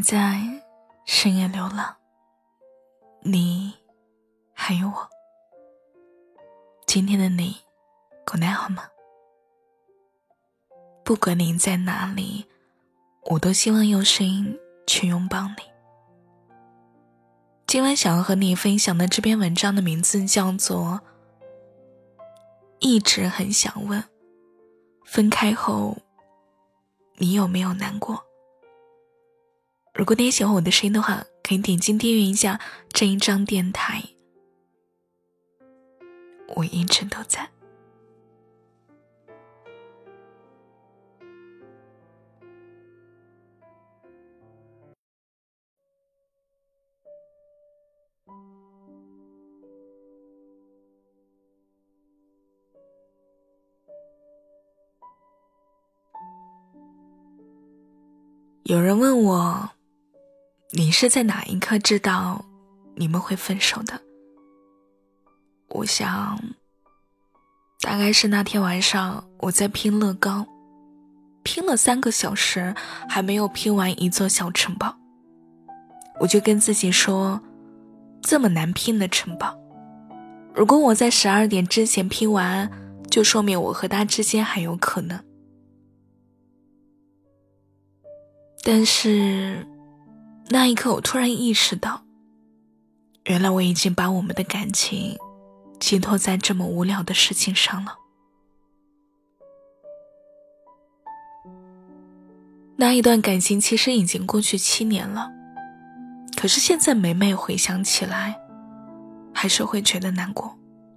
在深夜流浪，你还有我。今天的你过得好吗？不管你在哪里，我都希望用声音去拥抱你。今晚想要和你分享的这篇文章的名字叫做一直很想问，分开后你有没有难过？如果你也喜欢我的声音的话，可以点击订阅一下这一张电台，我一直都在。有人问我，你是在哪一刻知道你们会分手的？我想大概是那天晚上我在拼乐高，拼了3个小时还没有拼完一座小城堡。我就跟自己说，这么难拼的城堡，如果我在12点之前拼完，就说明我和他之间还有可能。但是那一刻我突然意识到，原来我已经把我们的感情寄托在这么无聊的事情上了。那一段感情其实已经过去7年了，可是现在每每回想起来，还是会觉得难过。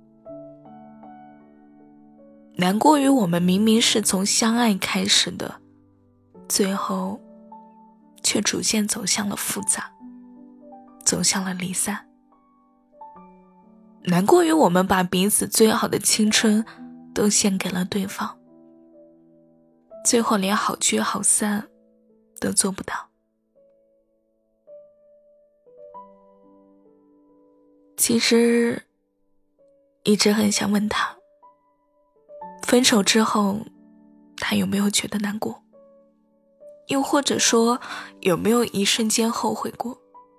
难过于我们明明是从相爱开始的，最后却逐渐走向了复杂，走向了离散。难过于我们把彼此最好的青春都献给了对方，最后连好聚好散都做不到。其实一直很想问他，分手之后他有没有觉得难过，又或者说有没有一瞬间后悔过？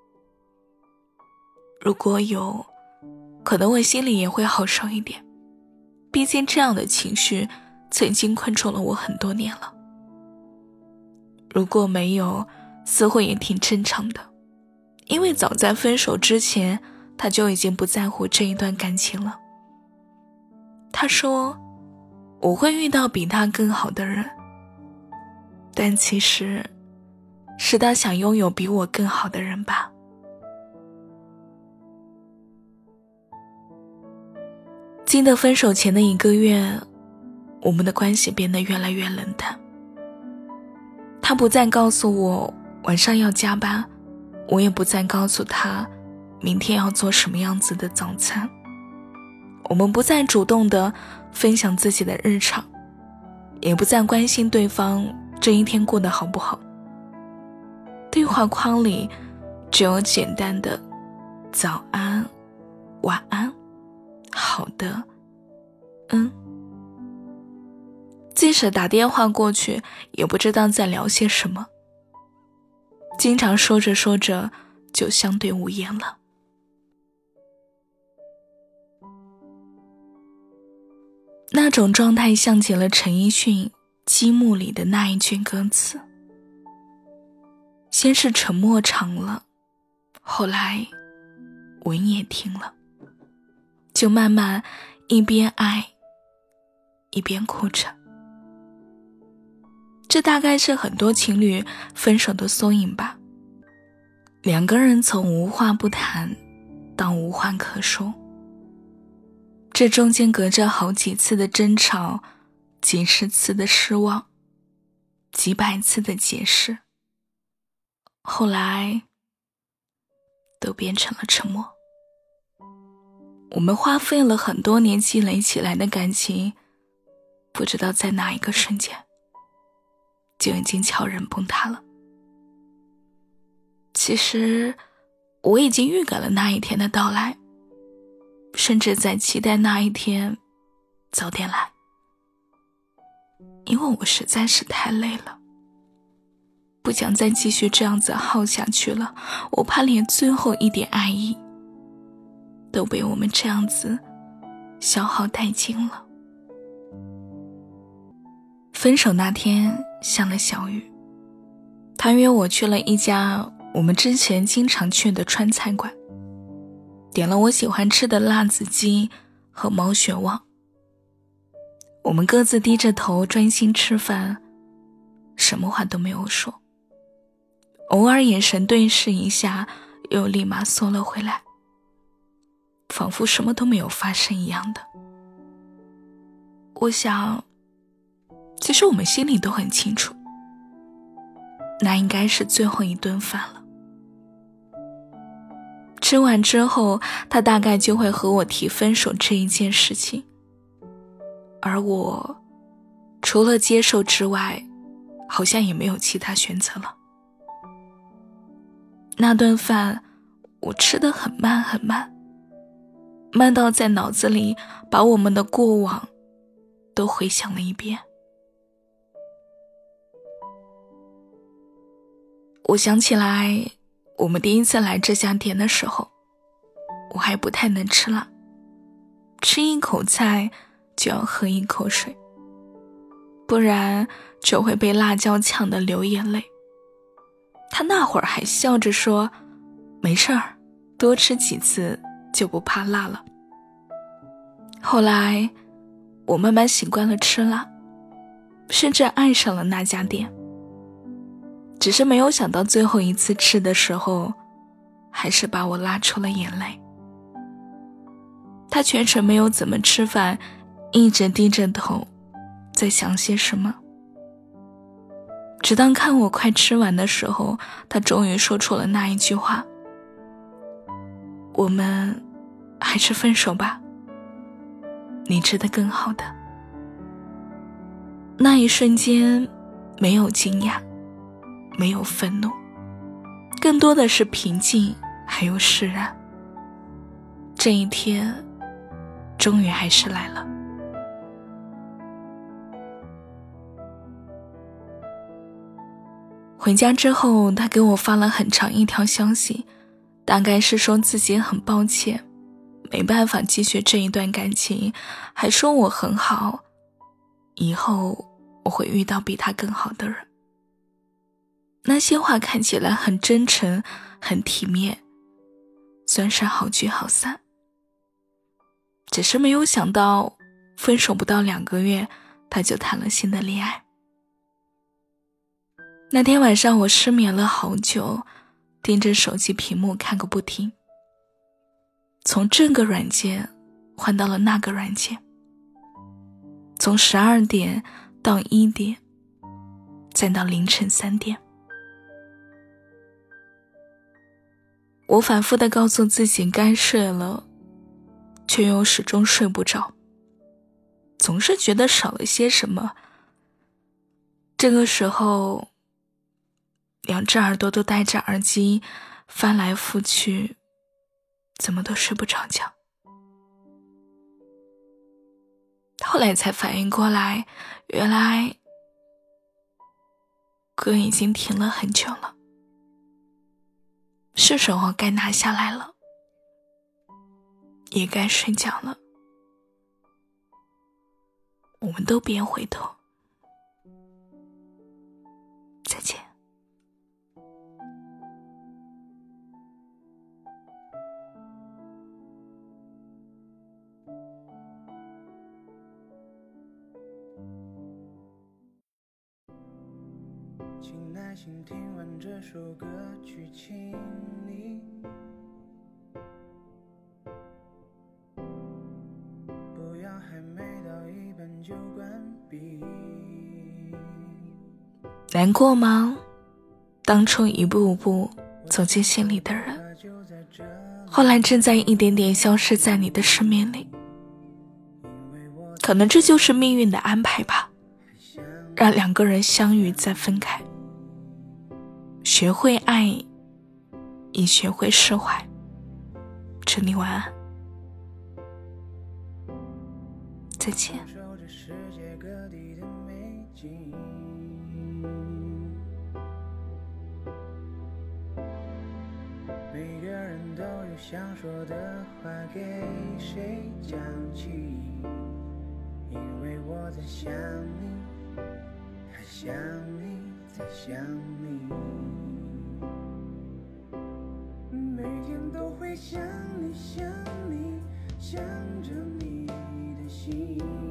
如果有，可能我心里也会好受一点，毕竟这样的情绪曾经困住了我很多年了。如果没有，似乎也挺正常的，因为早在分手之前，他就已经不在乎这一段感情了。他说，我会遇到比他更好的人，但其实是他想拥有比我更好的人吧。记得分手前的1个月，我们的关系变得越来越冷淡。他不再告诉我晚上要加班，我也不再告诉他明天要做什么样子的早餐。我们不再主动地分享自己的日常，也不再关心对方这一天过得好不好。对话框里只有简单的早安、晚安、好的，即使打电话过去，也不知道在聊些什么。经常说着说着就相对无言了。那种状态像极了陈奕迅《积木》里的那一句歌词，先是沉默长了，后来吻也停了，就慢慢一边爱一边哭着。这大概是很多情侣分手的缩影吧。2个人从无话不谈到无话可说，这中间隔着好几次的争吵，几十次的失望，几百次的解释，后来都变成了沉默。我们花费了很多年积累起来的感情，不知道在哪一个瞬间就已经悄然崩塌了。其实我已经预感了那一天的到来，甚至在期待那一天早点来，因为我实在是太累了， 不想再继续这样子耗下去了，我怕连最后一点爱意都被我们这样子消耗殆尽了。分手那天下了小雨，他约我去了一家我们之前经常去的川菜馆，点了我喜欢吃的辣子鸡和毛血旺。我们各自低着头专心吃饭，什么话都没有说，偶尔眼神对视一下，又立马缩了回来，仿佛什么都没有发生一样的。我想，其实我们心里都很清楚，那应该是最后一顿饭了。吃完之后，他大概就会和我提分手这一件事情，而我除了接受之外，好像也没有其他选择了。那顿饭我吃得很慢很慢，慢到在脑子里把我们的过往都回想了一遍。我想起来我们第一次来这家店的时候，我还不太能吃辣，吃一口菜就要喝一口水，不然就会被辣椒呛得流眼泪。他那会儿还笑着说，没事儿，多吃几次就不怕辣了。后来我慢慢习惯了吃辣，甚至爱上了那家店，只是没有想到最后一次吃的时候，还是把我拉出了眼泪。他全程没有怎么吃饭，一直低着头在想些什么。直到看我快吃完的时候，他终于说出了那一句话，我们还是分手吧，你值得更好的。那一瞬间没有惊讶，没有愤怒，更多的是平静还有释然。这一天终于还是来了。回家之后，他给我发了很长一条消息，大概是说自己很抱歉，没办法继续这一段感情，还说我很好，以后我会遇到比他更好的人。那些话看起来很真诚，很体面，算是好聚好散。只是没有想到，分手不到2个月，他就谈了新的恋爱。那天晚上我失眠了好久，盯着手机屏幕看个不停，从这个软件换到了那个软件，从12点到1点，再到凌晨3点。我反复地告诉自己该睡了，却又始终睡不着，总是觉得少了些什么。这个时候2只耳朵都戴着耳机，翻来覆去，怎么都睡不着觉。后来才反应过来，原来歌已经停了很久了，是时候该拿下来了，也该睡觉了。我们都别回头，再见。 请耐心听完这首歌曲，请你不要还没到一半就关闭。 难过吗？当初一步步走进心里的人，后来正在一点点消失在你的生命里。可能这就是命运的安排吧，让2个人相遇再分开。学会爱，也学会释怀。祝你晚安，再见。 都有想说的话给谁讲起？因为我在想你，还想你，在想你，每天都会想你，想你，想着你的心。